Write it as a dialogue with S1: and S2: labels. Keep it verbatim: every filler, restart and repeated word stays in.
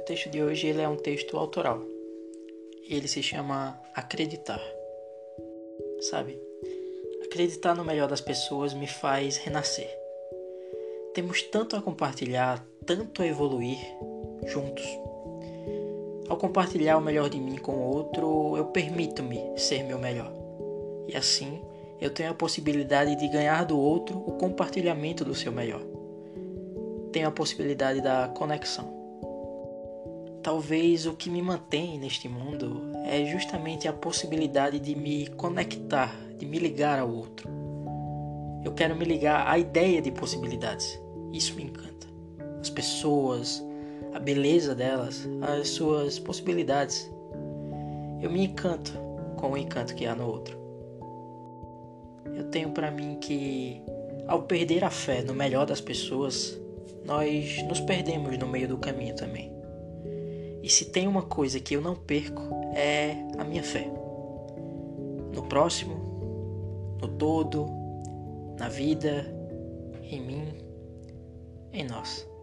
S1: texto de hoje ele é um texto autoral. Ele se chama Acreditar. Sabe? Acreditar no melhor das pessoas me faz renascer. Temos tanto a compartilhar, tanto a evoluir juntos. Ao compartilhar o melhor de mim com o outro, eu permito-me ser meu melhor. E assim, eu tenho a possibilidade de ganhar do outro o compartilhamento do seu melhor. Tenho a possibilidade da conexão. Talvez o que me mantém neste mundo é justamente a possibilidade de me conectar, de me ligar ao outro. Eu quero me ligar à ideia de possibilidades. Isso me encanta. As pessoas, a beleza delas, as suas possibilidades. Eu me encanto com o encanto que há no outro. Eu tenho para mim que, ao perder a fé no melhor das pessoas, nós nos perdemos no meio do caminho também. E se tem uma coisa que eu não perco, é a minha fé. No próximo, no todo, na vida, em mim, em nós.